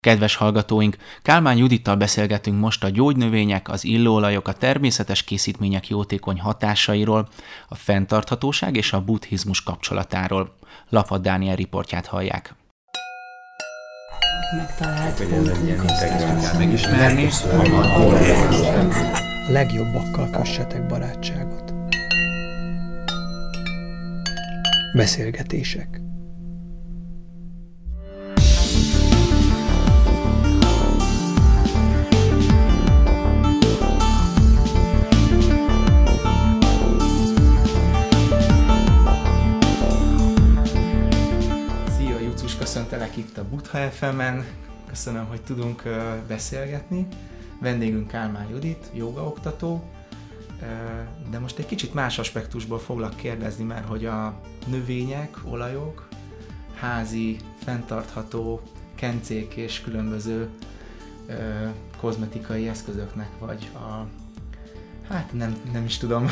Kedves hallgatóink, Kálmán Judittal beszélgetünk most a gyógynövények, az illóolajok, a természetes készítmények jótékony hatásairól, a fenntarthatóság és a buddhizmus kapcsolatáról. Lapad Dániel riportját hallják. Megtalált megismerni. A legjobbakkal kössetek barátságot. Beszélgetések. Köszöntelek itt a Buddha FM-en, köszönöm, hogy tudunk beszélgetni. Vendégünk Kálmán Judit, jogaoktató, de most egy kicsit más aspektusból foglak kérdezni, mert hogy a növények, olajok, házi, fenntartható kencék és különböző kozmetikai eszközöknek vagy nem is tudom,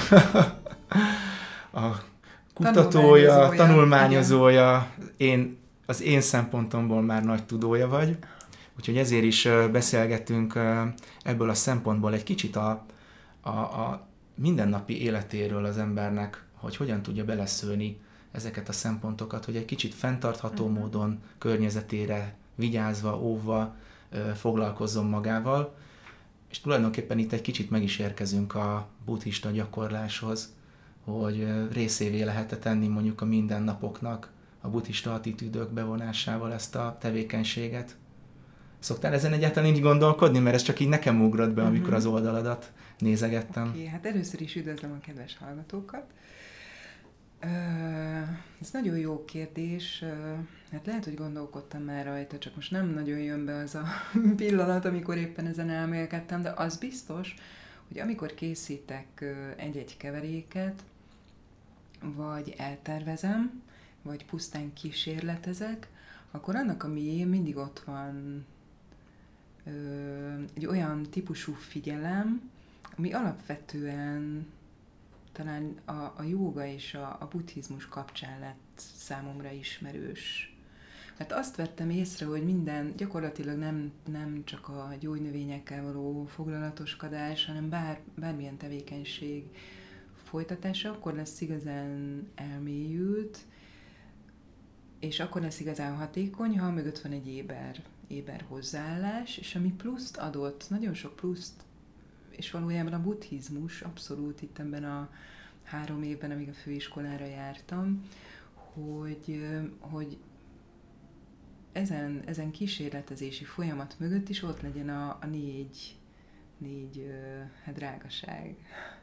a kutatója, tanulmányozója, az én szempontomból már nagy tudója vagy, úgyhogy ezért is beszélgetünk ebből a szempontból egy kicsit a mindennapi életéről az embernek, hogy hogyan tudja beleszőni ezeket a szempontokat, hogy egy kicsit fenntartható módon, környezetére vigyázva, óvva foglalkozzon magával, és tulajdonképpen itt egy kicsit meg is érkezünk a buddhista gyakorláshoz, hogy részévé lehet-e tenni mondjuk a mindennapoknak, a buddhista attitűdök bevonásával ezt a tevékenységet. Szoktál ezen egyáltalán így gondolkodni? Mert ez csak így nekem ugrott be, amikor az oldaladat nézegettem. Oké, hát először is üdvözlöm a kedves hallgatókat. Ez nagyon jó kérdés. Hát lehet, hogy gondolkodtam már rajta, csak most nem nagyon jön be az a pillanat, amikor éppen ezen elmélkedtem, de az biztos, hogy amikor készítek egy-egy keveréket, vagy eltervezem, vagy pusztán kísérletezek, akkor annak a mélyén mindig ott van egy olyan típusú figyelem, ami alapvetően talán a jóga és a buddhizmus kapcsán lett számomra ismerős. Hát azt vettem észre, hogy minden, gyakorlatilag nem csak a gyógynövényekkel való foglalatoskodás, hanem bármilyen tevékenység folytatása, akkor lesz igazán elmélyült, és akkor lesz igazán hatékony, ha mögött van egy éber hozzáállás, és ami pluszt adott, nagyon sok pluszt, és valójában a buddhizmus abszolút itt ebben a 3 évben, amíg a főiskolára jártam, hogy ezen kísérletezési folyamat mögött is ott legyen a négy drágaság.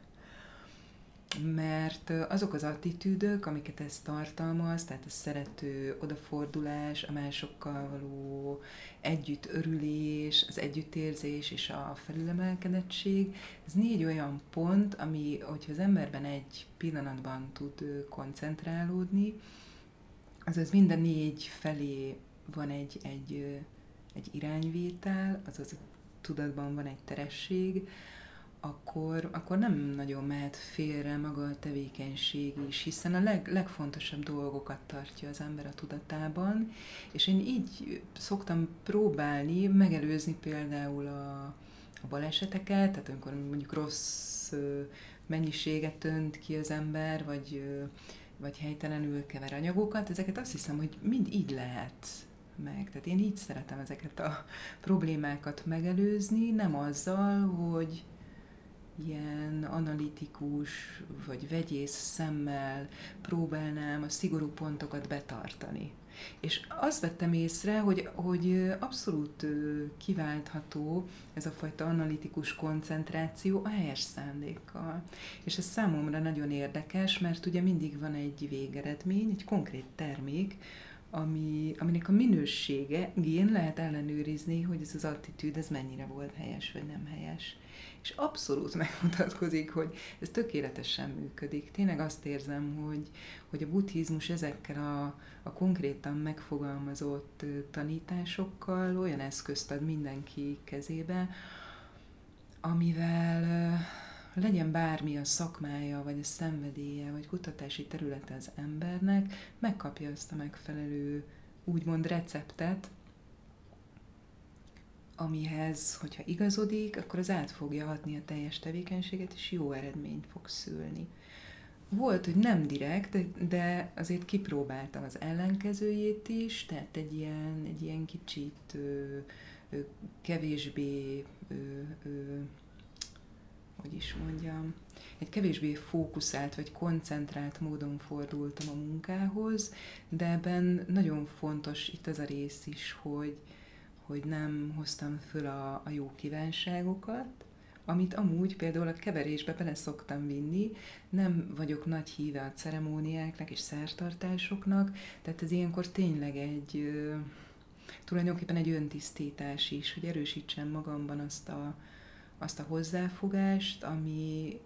Mert azok az attitűdök, amiket ez tartalmaz, tehát a szerető odafordulás, a másokkal való együtt örülés, az együttérzés és a felülemelkedettség, ez 4 olyan pont, ami, hogyha az emberben egy pillanatban tud koncentrálódni, azaz minden 4 felé van egy irányvétel, azaz a tudatban van egy teresség, akkor nem nagyon mehet félre maga a tevékenység is, hiszen a legfontosabb dolgokat tartja az ember a tudatában, és én így szoktam próbálni megelőzni például a baleseteket, tehát amikor mondjuk rossz mennyiséget önt ki az ember, vagy helytelenül kever anyagokat, ezeket azt hiszem, hogy mind így lehet meg. Tehát én így szeretem ezeket a problémákat megelőzni, nem azzal, hogy ilyen analitikus vagy vegyész szemmel próbálnám a szigorú pontokat betartani. És azt vettem észre, hogy abszolút kiváltható ez a fajta analitikus koncentráció a helyes szándékkal. És ez számomra nagyon érdekes, mert ugye mindig van egy végeredmény, egy konkrét termék, aminek a minőségén lehet ellenőrizni, hogy ez az attitűd, ez mennyire volt helyes, vagy nem helyes. És abszolút megmutatkozik, hogy ez tökéletesen működik. Tényleg azt érzem, hogy a buddhizmus ezekkel a konkrétan megfogalmazott tanításokkal olyan eszközt ad mindenki kezébe, amivel legyen bármi a szakmája, vagy a szenvedélye, vagy kutatási területe az embernek, megkapja azt a megfelelő, úgymond receptet, amihez, hogyha igazodik, akkor az át fogja hatni a teljes tevékenységet, és jó eredményt fog szülni. Volt, hogy nem direkt, de azért kipróbáltam az ellenkezőjét is, tehát egy ilyen kicsit kevésbé, hogy is mondjam, egy kevésbé fókuszált vagy koncentrált módon fordultam a munkához, de ebben nagyon fontos itt az a rész is, hogy nem hoztam föl a jó kívánságokat, amit amúgy például a keverésbe bele szoktam vinni, nem vagyok nagy híve a ceremóniáknak és szertartásoknak, tehát ez ilyenkor tényleg tulajdonképpen egy öntisztítás is, hogy erősítsem magamban azt a hozzáfogást, ami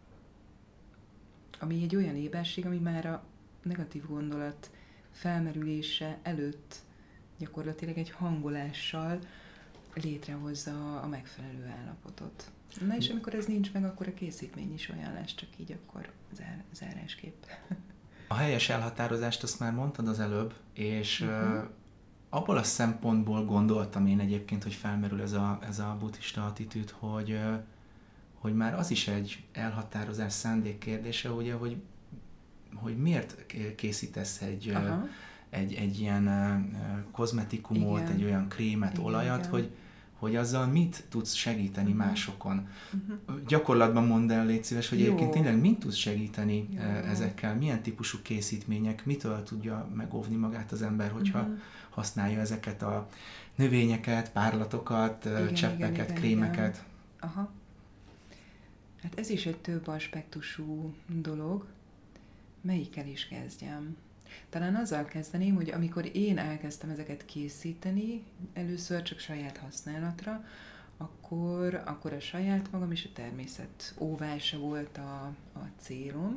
egy olyan éberség, ami már a negatív gondolat felmerülése előtt gyakorlatilag egy hangolással létrehozza a megfelelő állapotot. Na és amikor ez nincs meg, akkor a készítmény is olyan lesz, csak így akkor zárásképp. A helyes elhatározást azt már mondtad az előbb, és abból a szempontból gondoltam én egyébként, hogy felmerül ez a buddhista attitűd, hogy már az is egy elhatározás szándék kérdése, ugye, hogy miért készítesz egy ilyen kozmetikumot, igen, egy olyan krémet, igen, olajat, igen, hogy azzal mit tudsz segíteni másokon. Gyakorlatban mondd el, légy szíves, hogy egyébként tényleg mit tudsz segíteni ezekkel, milyen típusú készítmények, mitől tudja megóvni magát az ember, hogyha használja ezeket a növényeket, párlatokat, igen, cseppeket, igen, krémeket. Igen. Aha. Hát ez is egy több aspektusú dolog. Melyikkel is kezdjem? Talán azzal kezdeném, hogy amikor én elkezdtem ezeket készíteni, először csak saját használatra, akkor a saját magam és a természet óvása volt a célom.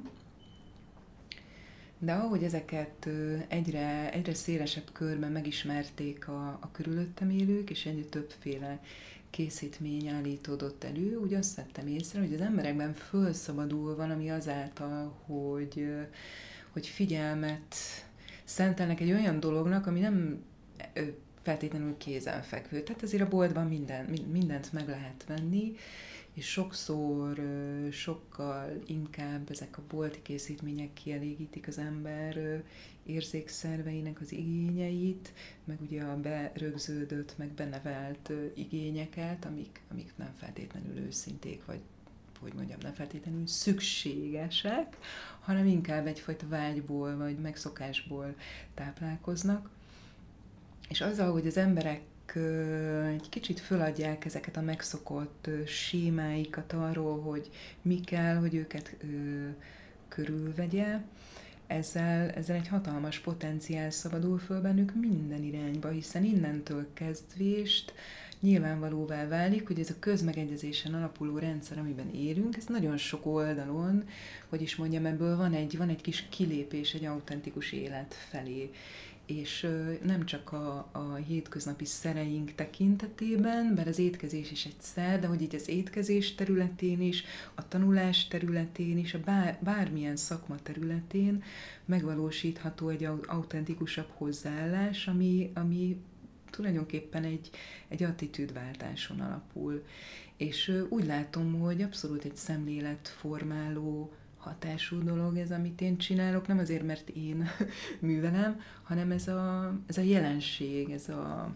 De ahogy ezeket egyre szélesebb körben megismerték a körülöttem élők, és egyre többféle készítmény állítódott elő, úgy azt vettem észre, hogy az emberekben fölszabadul valami azáltal, hogy figyelmet szentelnek egy olyan dolognak, ami nem feltétlenül kézenfekvő. Tehát azért a boltban mindent meg lehet venni, és sokszor sokkal inkább ezek a bolti készítmények kielégítik az ember érzékszerveinek az igényeit, meg ugye a berögződött, meg benevelt igényeket, amik nem feltétlenül őszinték, vagy hogy mondjam, nem feltétlenül szükségesek, hanem inkább egyfajta vágyból, vagy megszokásból táplálkoznak. És azzal, hogy az emberek egy kicsit föladják ezeket a megszokott sémáikat arról, hogy mi kell, hogy őket körülvegye, ezzel egy hatalmas potenciál szabadul föl bennük minden irányba, hiszen innentől kezdvést nyilvánvalóvá válik, hogy ez a közmegegyezésen alapuló rendszer, amiben élünk, ez nagyon sok oldalon, hogy is mondjam, ebből van egy kis kilépés egy autentikus élet felé. És nem csak a hétköznapi szereink tekintetében, bár az étkezés is egy szer, de hogy így az étkezés területén is, a tanulás területén is, a bármilyen szakma területén megvalósítható egy autentikusabb hozzáállás, ami tulajdonképpen egy attitűdváltáson alapul. És úgy látom, hogy abszolút egy szemléletformáló hatású dolog ez, amit én csinálok, nem azért, mert én művelem, hanem ez a jelenség, ez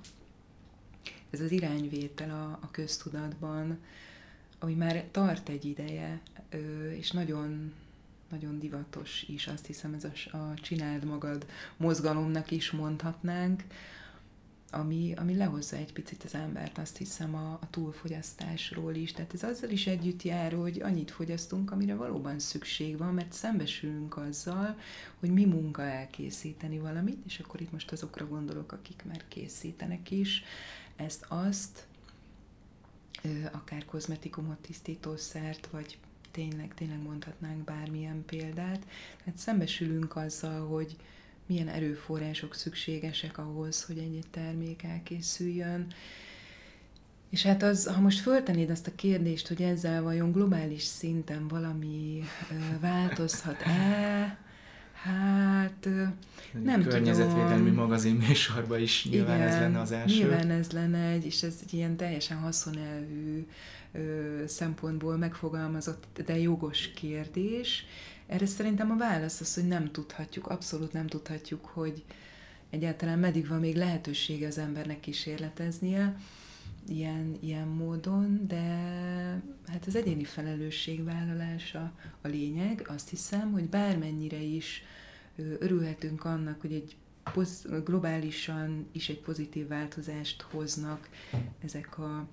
az irányvétel a köztudatban, ami már tart egy ideje, és nagyon, nagyon divatos is, azt hiszem ez a csináld magad mozgalomnak is mondhatnánk, ami lehozza egy picit az embert, azt hiszem a túlfogyasztásról is. Tehát ez azzal is együtt jár, hogy annyit fogyasztunk, amire valóban szükség van, mert szembesülünk azzal, hogy mi munka elkészíteni valamit, és akkor itt most azokra gondolok, akik már készítenek is ezt, akár kozmetikumot, tisztítószert, vagy tényleg mondhatnánk bármilyen példát. Tehát szembesülünk azzal, hogy milyen erőforrások szükségesek ahhoz, hogy egy termék elkészüljön. És hát ha most föltennéd azt a kérdést, hogy ezzel vajon globális szinten valami változhat-e, Hát nem környezetvédelmi tudom. magazin műsorban is nyilván Igen, ez lenne az első. Nyilván ez lenne és ez egy ilyen teljesen haszonelvű szempontból megfogalmazott, de jogos kérdés. Erre szerintem a válasz az, hogy nem tudhatjuk, abszolút nem tudhatjuk, hogy egyáltalán meddig van még lehetősége az embernek kísérleteznie ilyen módon, de hát az egyéni felelősségvállalása a lényeg. Azt hiszem, hogy bármennyire is örülhetünk annak, hogy egy globálisan is egy pozitív változást hoznak ezek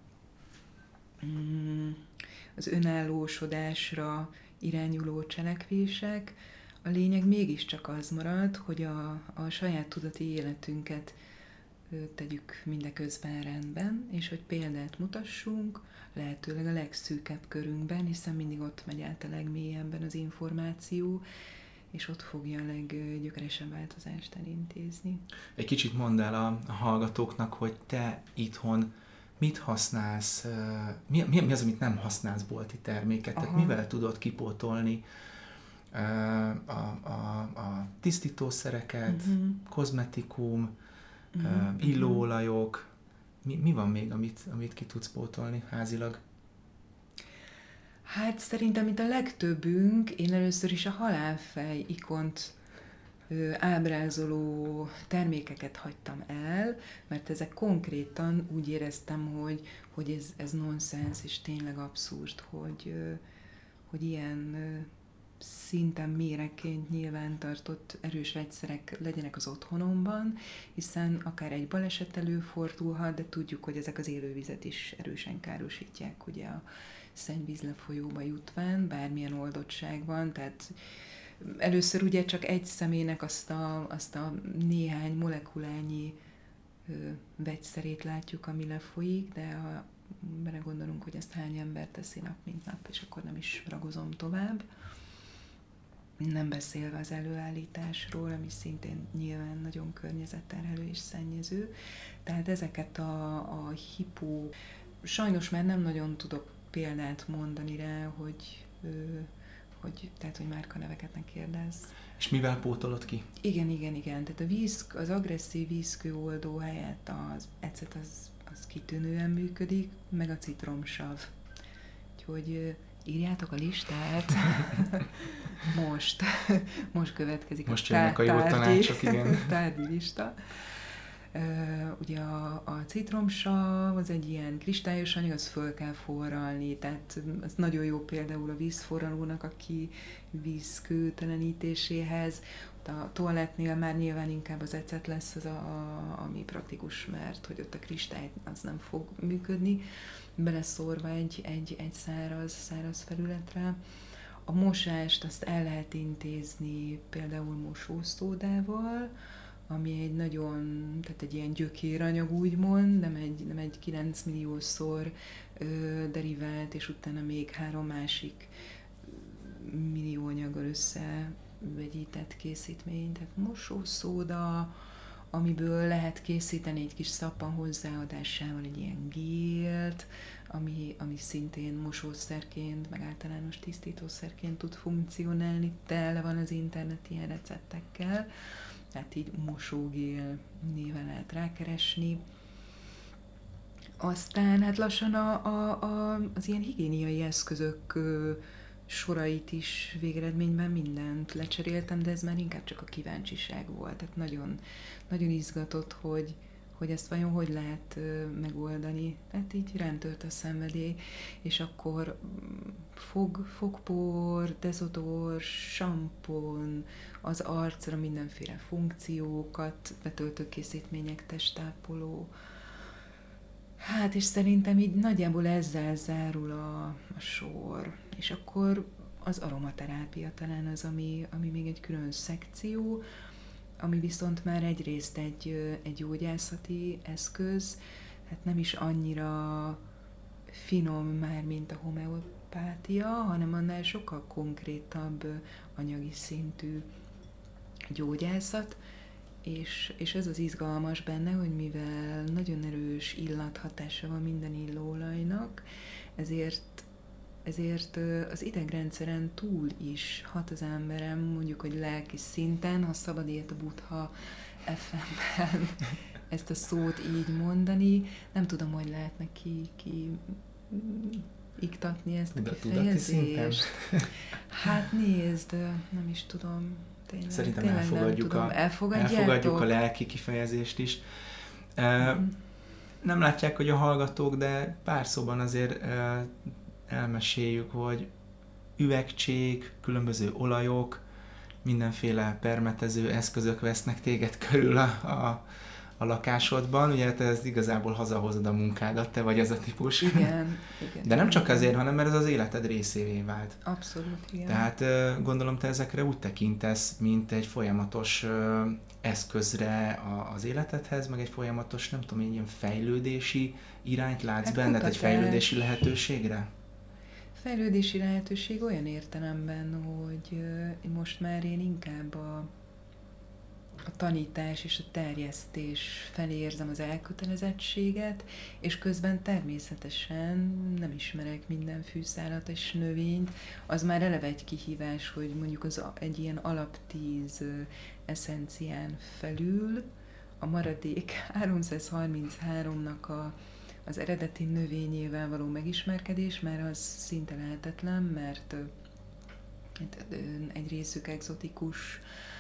az önállósodásra irányuló cselekvések, a lényeg mégiscsak az marad, hogy a saját tudati életünket tegyük mindeközben rendben, és hogy példát mutassunk, lehetőleg a legszűkebb körünkben, hiszen mindig ott megy át a legmélyebben az információ, és ott fogja a leggyökeresebb változást elintézni. Egy kicsit mondd el a hallgatóknak, hogy te itthon mit használsz, mi az, amit nem használsz bolti terméket, tehát mivel tudod kipótolni a tisztítószereket, kozmetikum, illóolajok, mi van még, amit ki tudsz pótolni házilag? Hát szerintem itt a legtöbbünk, én először is a halálfej ikont ábrázoló termékeket hagytam el, mert ezek konkrétan úgy éreztem, hogy ez nonsens, és tényleg abszurd, hogy ilyen szinten méregként nyilvántartott erős vegyszerek legyenek az otthonomban, hiszen akár egy baleset előfordulhat, de tudjuk, hogy ezek az élővizet is erősen károsítják, ugye a szennyvíz lefolyóba jutván, bármilyen oldottság van, tehát először ugye csak egy személynek azt a néhány molekulányi vegyszerét látjuk, ami lefolyik, de ha belegondolunk, hogy ezt hány ember teszi nap, mint nap, és akkor nem is ragozom tovább. Nem beszélve az előállításról, ami szintén nyilván nagyon környezetterhelő és szennyező. Tehát ezeket a hipó... Sajnos már nem nagyon tudok példát mondani rá, hogy márkaneveket ne kérdezz. És mivel pótolod ki? Igen. Tehát az agresszív vízkőoldó helyett az ecet az kitűnően működik, meg a citromsav. Úgyhogy írjátok a listát. Most következik most jönnek a jó tanácsok, igen. Tárgyi lista. Ugye a citromsav az egy ilyen kristályos anyag, az föl kell forralni, tehát ez nagyon jó például a vízforralónak a vízkőtelenítéséhez. A toalettnél már nyilván inkább az ecet lesz az, ami praktikus, mert hogy ott a kristály az nem fog működni, beleszórva egy száraz felületre. A mosást azt el lehet intézni például mosószódával, ami egy tehát egy ilyen gyökéranyag úgymond, nem egy 9 milliószor derivált, és utána még 3 másik millióanyaggal összevegyített készítmény, tehát mosószóda, amiből lehet készíteni egy kis szappan hozzáadásával egy ilyen gélt, ami szintén mosószerként, meg általános tisztítószerként tud funkcionálni, tele van az internet ilyen receptekkel, tehát így mosógél néven lehet rákeresni. Aztán hát lassan az ilyen higiéniai eszközök sorait is végeredményben mindent lecseréltem, de ez már inkább csak a kíváncsiság volt. Tehát nagyon, nagyon izgatott, hogy ezt vajon hogy lehet megoldani. Tehát így rám tört a szenvedély, és akkor fogpor, dezodor, sampon, az arcra mindenféle funkciókat, betöltő készítmények, testápoló. Hát és szerintem így nagyjából ezzel zárul a sor. És akkor az aromaterápia talán az, ami még egy külön szekció, ami viszont már egyrészt egy gyógyászati eszköz, hát nem is annyira finom már, mint a homeopátia, hanem annál sokkal konkrétabb anyagi szintű gyógyászat, és ez az izgalmas benne, hogy mivel nagyon erős illathatása van minden illóolajnak, ezért ezért az idegrendszeren túl is hat az emberem, mondjuk, hogy lelki szinten, ha szabad ilyet a Buddha FM-ben ezt a szót így mondani. Nem tudom, hogy lehetne iktatni ezt a kifejezést. Hát nézd, nem is tudom. Szerintem elfogadjuk a lelki kifejezést is. Nem látják, hogy a hallgatók, de pár szóban azért elmeséljük, hogy üvegcsék, különböző olajok, mindenféle permetező eszközök vesznek téged körül a lakásodban. Ugye te ez igazából hazahozod a munkádat, te vagy az a típus. Igen. De nem csak azért, hanem mert ez az életed részévé vált. Abszolút, igen. Tehát gondolom te ezekre úgy tekintesz, mint egy folyamatos eszközre az életedhez, meg egy folyamatos, nem tudom, egy ilyen fejlődési irányt látsz benned, egy fejlődési lehetőségre? Fejlődési lehetőség olyan értelemben, hogy most már én inkább a tanítás és a terjesztés felé érzem az elkötelezettséget, és közben természetesen nem ismerek minden fűszálat és növényt. Az már eleve egy kihívás, hogy mondjuk egy ilyen alap 10 eszencián felül a maradék 333-nak az eredeti növényével való megismerkedés, mert az szinte lehetetlen, mert egy részük egzotikus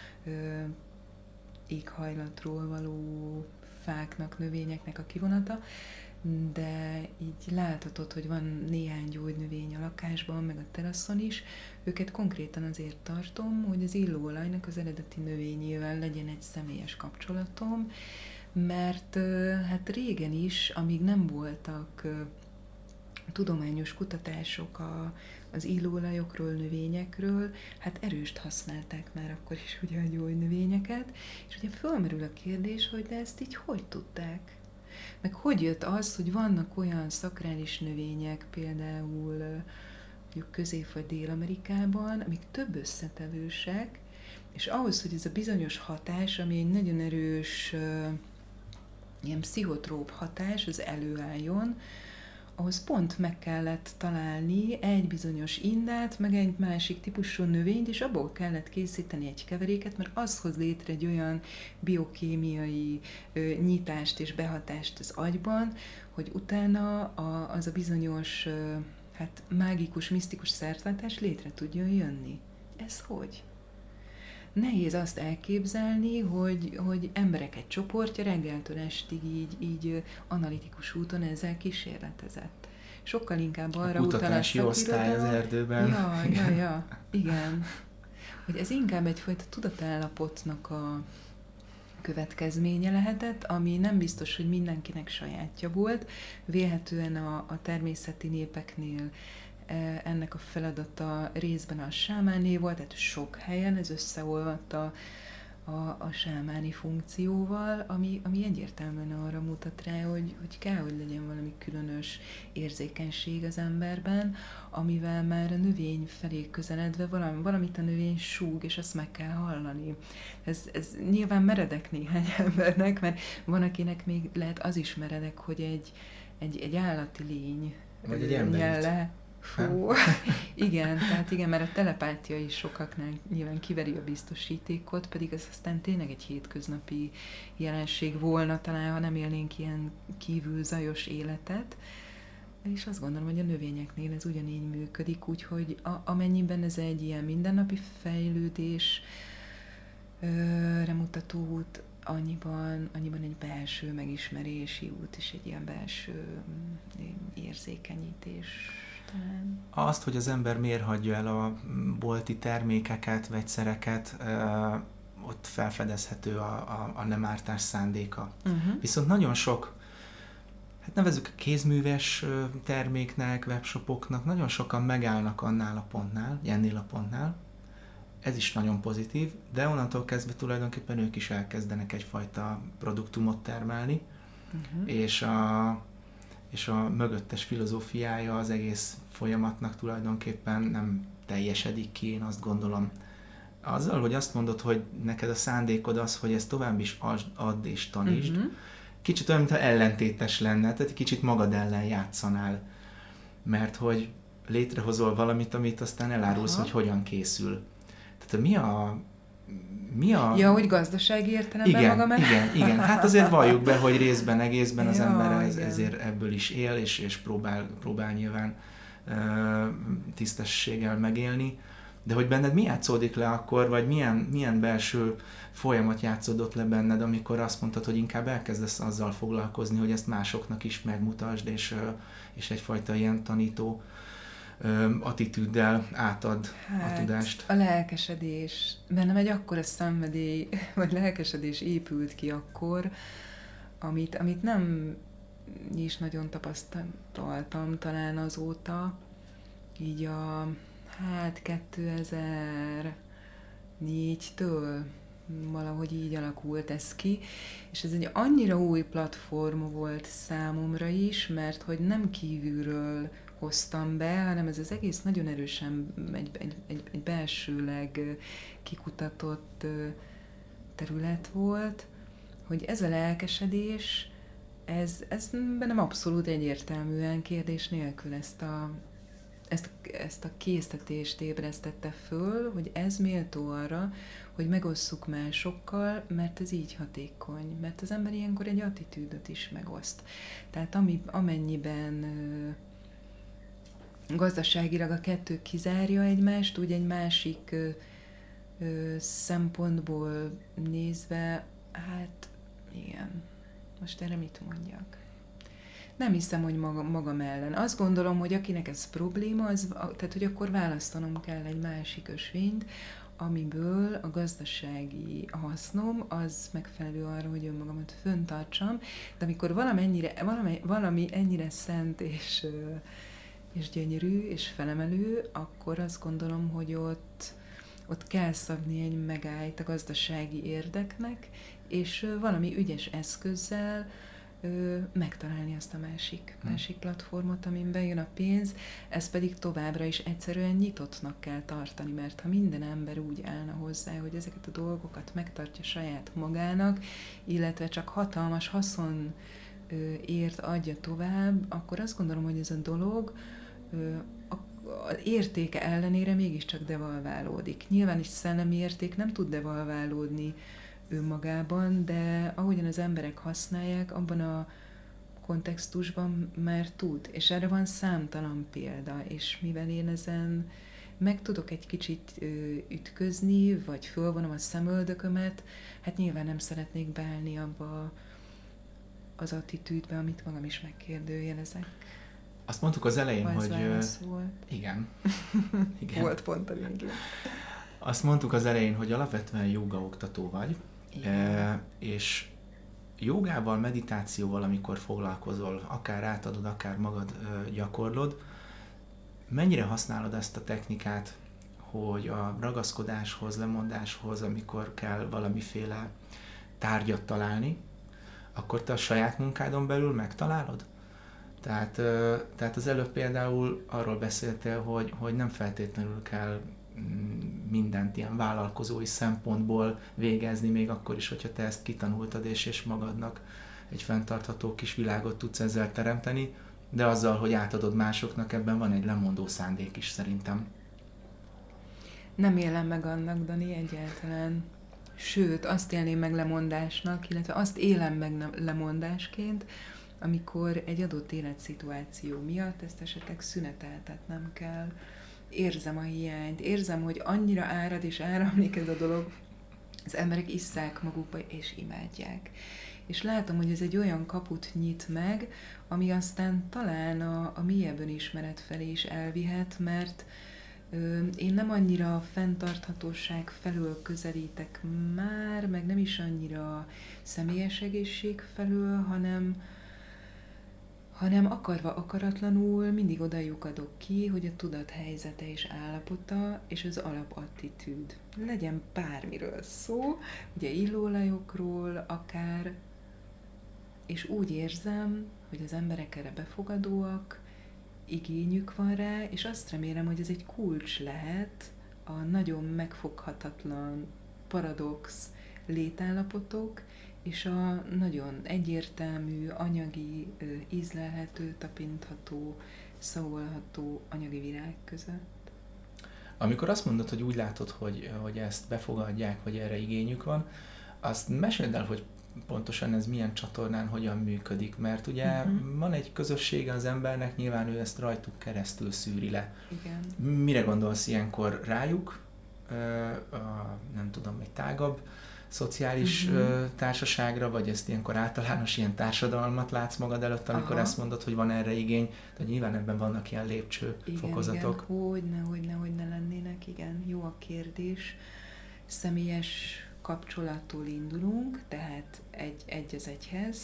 éghajlatról való fáknak, növényeknek a kivonata, de így láthatod, hogy van néhány gyógynövény a lakásban, meg a teraszon is. Őket konkrétan azért tartom, hogy az illóolajnak az eredeti növényével legyen egy személyes kapcsolatom, mert hát régen is, amíg nem voltak tudományos kutatások az illóolajokról, növényekről, hát erőst használták már akkor is ugye a gyógynövényeket, és ugye fölmerül a kérdés, hogy de ezt így hogy tudták? Meg hogy jött az, hogy vannak olyan szakrális növények, például mondjuk Közép- vagy Dél-Amerikában, amik több összetevősek, és ahhoz, hogy ez a bizonyos hatás, ami egy nagyon erős ilyen pszichotróp hatás, az előálljon, ahhoz pont meg kellett találni egy bizonyos indát, meg egy másik típusú növényt, és abból kellett készíteni egy keveréket, mert az hoz létre egy olyan biokémiai nyitást és behatást az agyban, hogy utána az a bizonyos mágikus, misztikus szertartás létre tudjon jönni. Ez hogy? Nehéz azt elképzelni, hogy emberek egy csoportja reggeltől estig így analitikus úton ezzel kísérletezett. Sokkal inkább arra utal a kutatási osztály az erdőben. Ja, igen. Hogy ez inkább egyfajta tudatállapotnak a következménye lehetett, ami nem biztos, hogy mindenkinek sajátja volt. Vélhetően a természeti népeknél ennek a feladata részben a sámáné volt, tehát sok helyen ez összeolvadt a sámáni funkcióval, ami egyértelműen arra mutat rá, hogy kell, hogy legyen valami különös érzékenység az emberben, amivel már a növény felé közeledve valamit a növény súg, és azt meg kell hallani. Ez nyilván meredek néhány embernek, mert van, akinek még lehet az is meredek, hogy egy állati lény vagy egy embert. Fú, igen, tehát igen, mert a telepátia is sokaknál nyilván kiveri a biztosítékot, pedig ez aztán tényleg egy hétköznapi jelenség volna, talán ha nem élnénk ilyen kívül zajos életet. És azt gondolom, hogy a növényeknél ez ugyanígy működik, úgyhogy amennyiben ez egy ilyen mindennapi fejlődésre mutató út, annyiban egy belső megismerési út, és egy ilyen belső érzékenyítés. Azt, hogy az ember miért hagyja el a bolti termékeket, vegyszereket, ott felfedezhető a nem ártás szándéka. Uh-huh. Viszont nagyon sok, hát nevezzük kézműves terméknek, webshopoknak, nagyon sokan megállnak annál a pontnál, ennél a pontnál. Ez is nagyon pozitív, de onnantól kezdve tulajdonképpen ők is elkezdenek egyfajta produktumot termelni, uh-huh. és a mögöttes filozófiája az egész folyamatnak tulajdonképpen nem teljesedik ki, én azt gondolom. Azzal, hogy azt mondod, hogy neked a szándékod az, hogy ezt tovább is add és tanítsd, uh-huh. Kicsit olyan, mintha ellentétes lenne, tehát kicsit magad ellen játszanál. Mert hogy létrehozol valamit, amit aztán elárulsz, hogy hogyan készül. Tehát mi a... Ja, hogy gazdasági értelemben magam el? Igen. Hát azért valljuk be, hogy részben, egészben az ember igen. ezért ebből is él, és próbál nyilván tisztességgel megélni. De hogy benned mi játszódik le akkor, vagy milyen belső folyamat játszódott le benned, amikor azt mondtad, hogy inkább elkezdesz azzal foglalkozni, hogy ezt másoknak is megmutasd, és egyfajta ilyen tanító attitűddel átad a tudást. A lelkesedés. Bennem egy akkora szenvedély, vagy lelkesedés épült ki akkor, amit nem is nagyon tapasztaltam talán azóta, így 2004-től valahogy így alakult ez ki, és ez egy annyira új platform volt számomra is, mert hogy nem kívülről hoztam be, hanem ez az egész nagyon erősen egy belsőleg kikutatott terület volt, hogy ez a lelkesedés, ez bennem abszolút egyértelműen kérdés nélkül ezt a késztetést ébresztette föl, hogy ez méltó arra, hogy megosszuk másokkal, mert ez így hatékony, mert az ember ilyenkor egy attitűdöt is megoszt. Tehát amennyiben gazdaságilag a kettő kizárja egymást, úgy egy másik szempontból nézve, hát igen, most erre mit mondjak? Nem hiszem, hogy magam ellen. Azt gondolom, hogy akinek ez probléma, tehát hogy akkor választanom kell egy másik ösvényt, amiből a gazdasági hasznom az megfelelő arra, hogy önmagamat föntartsam, de amikor valami ennyire szent és gyönyörű és felemelő, akkor azt gondolom, hogy ott kell szabni egy megállt a gazdasági érdeknek, és valami ügyes eszközzel megtalálni azt a másik platformot, amin bejön a pénz, ez pedig továbbra is egyszerűen nyitottnak kell tartani, mert ha minden ember úgy állna hozzá, hogy ezeket a dolgokat megtartja saját magának, illetve csak hatalmas haszon ért adja tovább, akkor azt gondolom, hogy ez a dolog az értéke ellenére mégiscsak devalválódik. Nyilván is szellemi érték nem tud devalválódni önmagában, de ahogyan az emberek használják, abban a kontextusban már tud. És erre van számtalan példa, és mivel én ezen meg tudok egy kicsit ütközni, vagy fölvonom a szemöldökömet, hát nyilván nem szeretnék beállni abba az attitűdbe, amit magam is megkérdőjelezek. Azt mondtuk az elején, hogy... volt. Igen. Volt pont a végén. Azt mondtuk az elején, hogy alapvetően jóga oktató vagy, és jogával, meditációval, amikor foglalkozol, akár átadod, akár magad gyakorlod, mennyire használod ezt a technikát, hogy a ragaszkodáshoz, lemondáshoz, amikor kell valamiféle tárgyat találni, akkor te a saját munkádon belül megtalálod? Tehát az előbb például arról beszéltél, hogy nem feltétlenül kell mindent ilyen vállalkozói szempontból végezni, még akkor is, hogyha te ezt kitanultad, és magadnak egy fenntartható kis világot tudsz ezzel teremteni, de azzal, hogy átadod másoknak, ebben van egy lemondó szándék is szerintem. Nem élem meg annak, Dani, egyáltalán. Sőt, azt élném meg lemondásnak, illetve azt élem meg lemondásként, amikor egy adott életszituáció miatt ezt esetleg szüneteltetnem kell. Érzem a hiányt, érzem, hogy annyira árad és áramlik ez a dolog, az emberek isszák magukba és imádják. És látom, hogy ez egy olyan kaput nyit meg, ami aztán talán a mélyebb önismeret felé is elvihet, mert én nem annyira a fenntarthatóság felől közelítek már, meg nem is annyira személyes egészség felől, hanem akarva akaratlanul mindig oda lyukadok ki, hogy a tudat helyzete és állapota és az alapattitűd. Legyen bármiről szó, ugye illóolajokról akár, és úgy érzem, hogy az emberek erre befogadóak, igényük van rá, és azt remélem, hogy ez egy kulcs lehet a nagyon megfoghatatlan, paradox létállapotok és a nagyon egyértelmű, anyagi, ízlelhető, tapintható, szagolható anyagi virág között. Amikor azt mondod, hogy úgy látod, hogy ezt befogadják, hogy erre igényük van, azt meséld el, hogy pontosan ez milyen csatornán, hogyan működik, mert ugye van egy közössége az embernek, nyilván ő ezt rajtuk keresztül szűri le. Igen. Mire gondolsz ilyenkor rájuk? Nem tudom, egy tágabb szociális társaságra, vagy ezt ilyenkor általános ilyen társadalmat látsz magad előtt, amikor ezt mondod, hogy van erre igény, de nyilván ebben vannak ilyen lépcsőfokozatok. Igen, hogy ne lennének, igen, jó a kérdés. Személyes kapcsolattól indulunk, tehát egy az egyhez.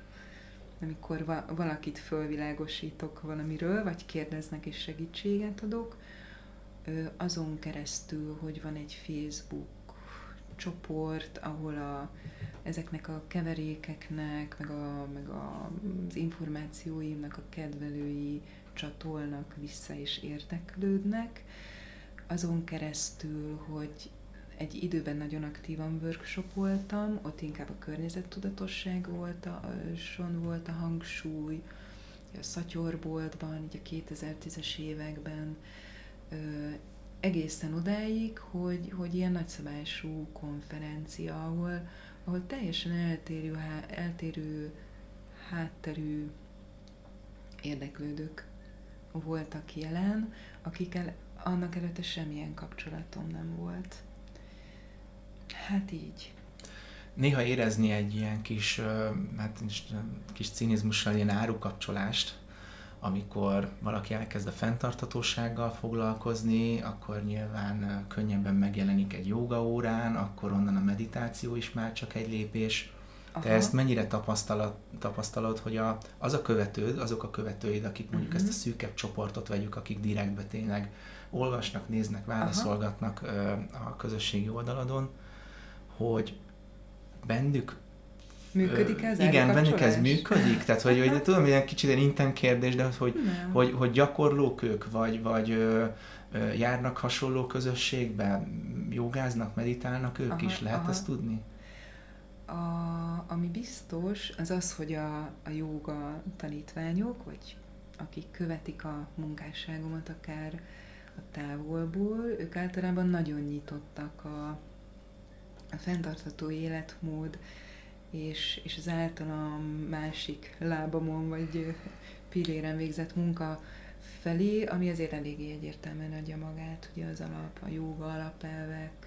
Amikor valakit fölvilágosítok valamiről, vagy kérdeznek és segítséget adok, azon keresztül, hogy van egy Facebook csoport, ahol ezeknek a keverékeknek, meg az információimnak a kedvelői csatolnak vissza és érdeklődnek, azon keresztül, hogy egy időben nagyon aktívan workshopoltam, ott inkább a környezettudatosság volt a hangsúly, a Szatyorboltban, így a 2010-es években, egészen odáig, hogy ilyen nagyszabású konferencia, ahol teljesen eltérő hátterű érdeklődők voltak jelen, akikkel annak előtte semmilyen kapcsolatom nem volt. Hát így. Néha érezni egy ilyen kis cinizmussal ilyen árukapcsolást, amikor valaki elkezd a fenntarthatósággal foglalkozni, akkor nyilván könnyebben megjelenik egy jógaórán, akkor onnan a meditáció is már csak egy lépés. Te ezt mennyire tapasztalod, hogy azok a követőid, akik mondjuk ezt a szűkebb csoportot vegyük, akik direktbe tényleg olvasnak, néznek, válaszolgatnak a közösségi oldaladon, hogy bennük működik ez? Igen, bennük ez működik? Tehát, hogy tudom, hogy egy kicsit egy intim kérdés, de hogy gyakorlók ők, vagy járnak hasonló közösségbe, jogáznak, meditálnak ők is? Lehet ezt tudni? Ami biztos, az, hogy a jóga tanítványok, vagy akik követik a munkásságomat akár a távolból, ők általában nagyon nyitottak a fenntartható életmód, és az általam másik lábamon vagy pilléren végzett munka felé, ami azért eléggé egyértelműen adja magát, ugye a jóga alapelvek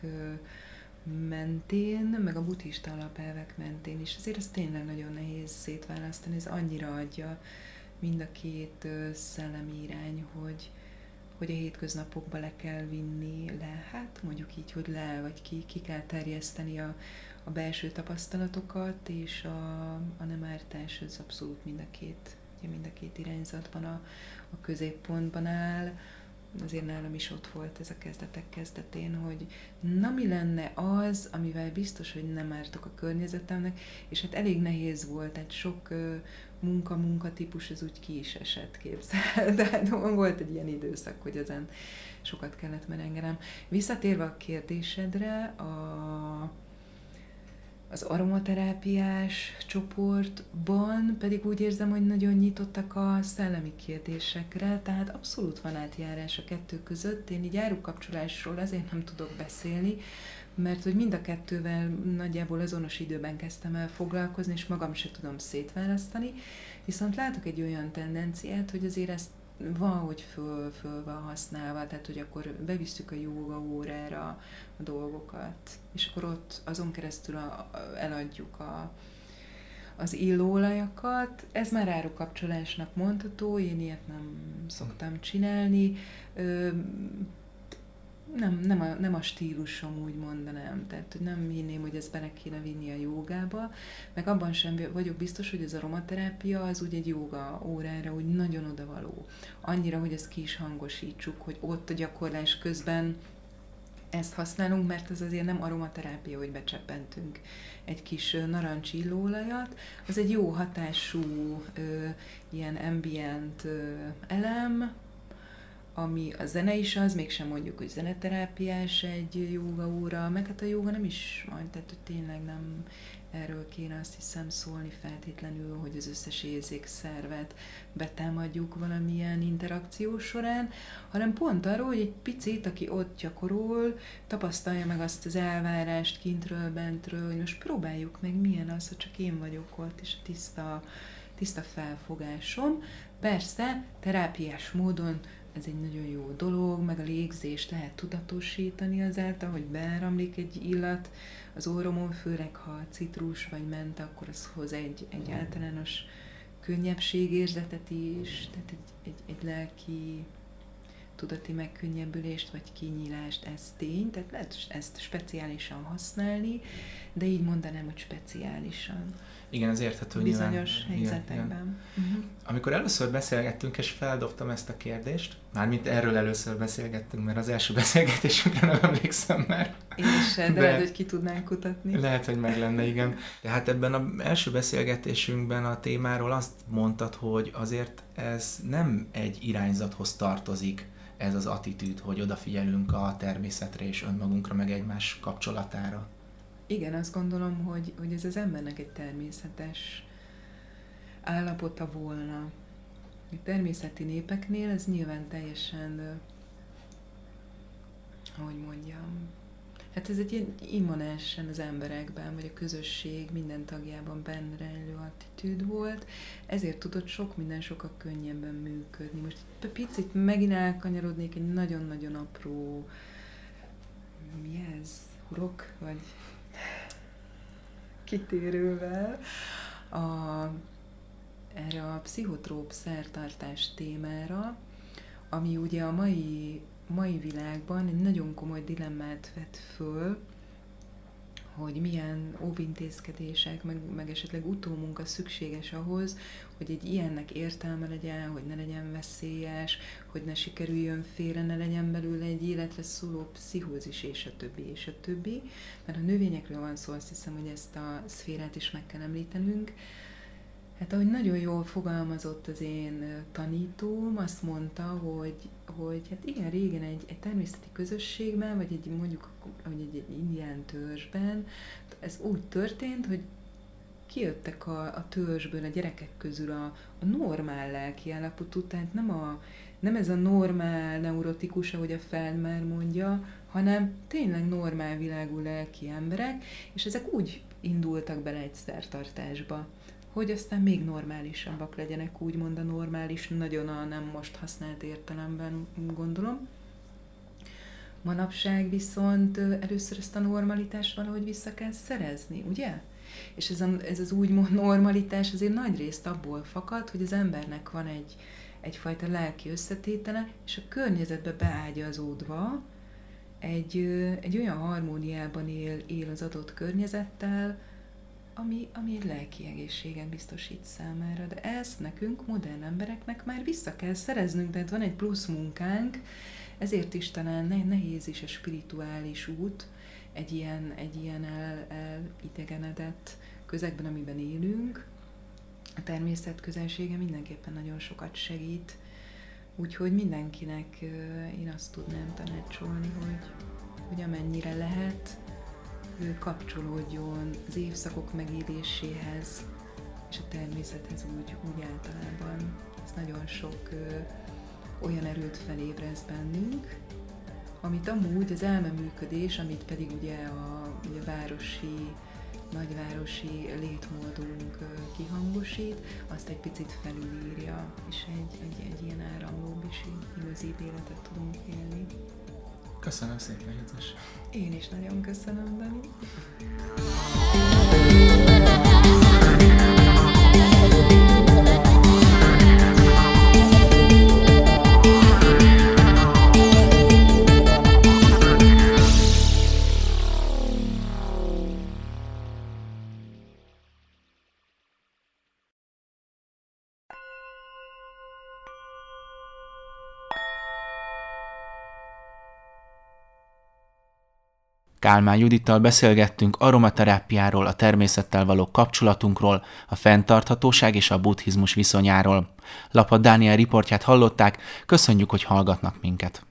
mentén, meg a buddhista alapelvek mentén is. Azért ez tényleg nagyon nehéz szétválasztani, ez annyira adja mind a két szellemi irány, hogy a hétköznapokba le kell vinni, hát mondjuk így, hogy vagy ki kell terjeszteni a belső tapasztalatokat, és a nem ártás, az abszolút mind a két irányzatban a középpontban áll. Azért nálam is ott volt ez a kezdetek kezdetén, hogy na mi lenne az, amivel biztos, hogy nem ártok a környezetemnek, és hát elég nehéz volt, tehát sok munkatípus az úgy ki is esett, képzel. Tehát volt egy ilyen időszak, hogy ezen sokat kellett merengenem. Visszatérve a kérdésedre, az aromaterápiás csoportban pedig úgy érzem, hogy nagyon nyitottak a szellemi kérdésekre, tehát abszolút van átjárás a kettő között. Én így árukapcsolásról azért nem tudok beszélni, mert hogy mind a kettővel nagyjából azonos időben kezdtem el foglalkozni, és magam se tudom szétválasztani, viszont látok egy olyan tendenciát, hogy azért ezt valahogy föl van használva, tehát hogy akkor bevisszük a jóga órára a dolgokat, és akkor ott azon keresztül eladjuk az illóolajakat. Ez már árukapcsolásnak mondható, én ilyet nem szoktam csinálni. Nem a stílusom, úgy mondanám, tehát hogy nem hinném, hogy ezt bele kéne vinni a jógába, meg abban sem vagyok biztos, hogy az aromaterápia az úgy egy jóga órára úgy nagyon odavaló. Annyira, hogy ezt ki is hangosítsuk, hogy ott a gyakorlás közben ezt használunk, mert az azért nem aromaterápia, hogy becseppentünk egy kis narancs illóolajat, az egy jó hatású ilyen ambient elem, ami a zene is az, mégsem mondjuk, hogy zeneterápiás egy jóga óra, meg hát a jóga nem is majd, tehát hogy tényleg nem erről kéne azt hiszem szólni feltétlenül, hogy az összes érzékszervet betámadjuk valamilyen interakció során, hanem pont arról, hogy egy picit, aki ott gyakorol, tapasztalja meg azt az elvárást kintről, bentről, hogy most próbáljuk meg, milyen az, hogy csak én vagyok ott, és a tiszta felfogásom. Persze, terápiás módon ez egy nagyon jó dolog, meg a légzést lehet tudatosítani azáltal, hogy beáramlik egy illat az orromon, főleg ha citrus vagy menta, akkor az hoz egy általános könnyebbségérzetet is, tehát egy lelki tudati megkönnyebbülést vagy kinyílást, ez tény, tehát lehet ezt speciálisan használni, de így mondanám, hogy speciálisan. Igen, ez érthető bizonyos helyzetekben. Igen. Amikor először beszélgettünk, és feldobtam ezt a kérdést, mármint erről először beszélgettünk, mert az első beszélgetésünkre nem emlékszem már. Én is, de lehet, hogy ki tudnánk kutatni. Lehet, hogy meg lenne, igen. Tehát ebben az első beszélgetésünkben a témáról azt mondtad, hogy azért ez nem egy irányzathoz tartozik, ez az attitűd, hogy odafigyelünk a természetre és önmagunkra, meg egymás kapcsolatára. Igen, azt gondolom, hogy ez az embernek egy természetes állapota volna. A természeti népeknél ez nyilván teljesen, ahogy mondjam, hát ez egy ilyen immanensen az emberekben, vagy a közösség minden tagjában benne rejlő attitűd volt, ezért tudott sok minden sokkal könnyebben működni. Most egy picit megint elkanyarodnék egy nagyon-nagyon apró, mi ez, hurok, vagy kitérővel erre a pszichotróp szertartás témára, ami ugye a mai világban egy nagyon komoly dilemmát vet föl, hogy milyen óvintézkedések, meg esetleg utómunka szükséges ahhoz, hogy egy ilyennek értelme legyen, hogy ne legyen veszélyes, hogy ne sikerüljön félre, ne legyen belőle egy életre szóló pszichózis, és a többi, és a többi. Mert a növényekről van szó, azt hiszem, hogy ezt a szférát is meg kell említenünk. Hát ahogy nagyon jól fogalmazott az én tanítóm, azt mondta, hogy hát igen, régen egy természeti közösségben, vagy mondjuk egy indián törzsben, ez úgy történt, hogy kijöttek a törzsből a gyerekek közül a normál lelki állapotú, tehát nem ez a normál neurotikus, ahogy a Feldmár mondja, hanem tényleg normál világú lelki emberek, és ezek úgy indultak bele egy szertartásba, hogy aztán még normálisabbak legyenek, úgymond a normális, nagyon a nem most használt értelemben gondolom. Manapság viszont először ezt a normalitást valahogy vissza kell szerezni, ugye? És ez az úgymond normalitás azért nagy részt abból fakad, hogy az embernek van egyfajta lelki összetétele, és a környezetbe beágyazódva egy olyan harmóniában él az adott környezettel, ami egy lelki egészséget biztosít számára. De ezt nekünk, modern embereknek már vissza kell szereznünk, tehát van egy plusz munkánk, ezért is talán nehéz is a spirituális út egy ilyen elidegenedett közegben, amiben élünk. A természet közelsége mindenképpen nagyon sokat segít, úgyhogy mindenkinek én azt tudnám tanácsolni, hogy amennyire lehet, kapcsolódjon az évszakok megéléséhez, és a természethez úgy általában. Ez nagyon sok olyan erőt felébreszt bennünk, amit amúgy az elmeműködés, amit pedig ugye a nagyvárosi létmódunk kihangosít, azt egy picit felülírja, és egy ilyen áramlóbb és igazi életet tudunk élni. Köszönöm szépen, Jézus. Én is nagyon köszönöm, Dani. Kálmán Judittal beszélgettünk aromaterápiáról, a természettel való kapcsolatunkról, a fenntarthatóság és a buddhizmus viszonyáról. Lapad Dániel riportját hallották, köszönjük, hogy hallgatnak minket.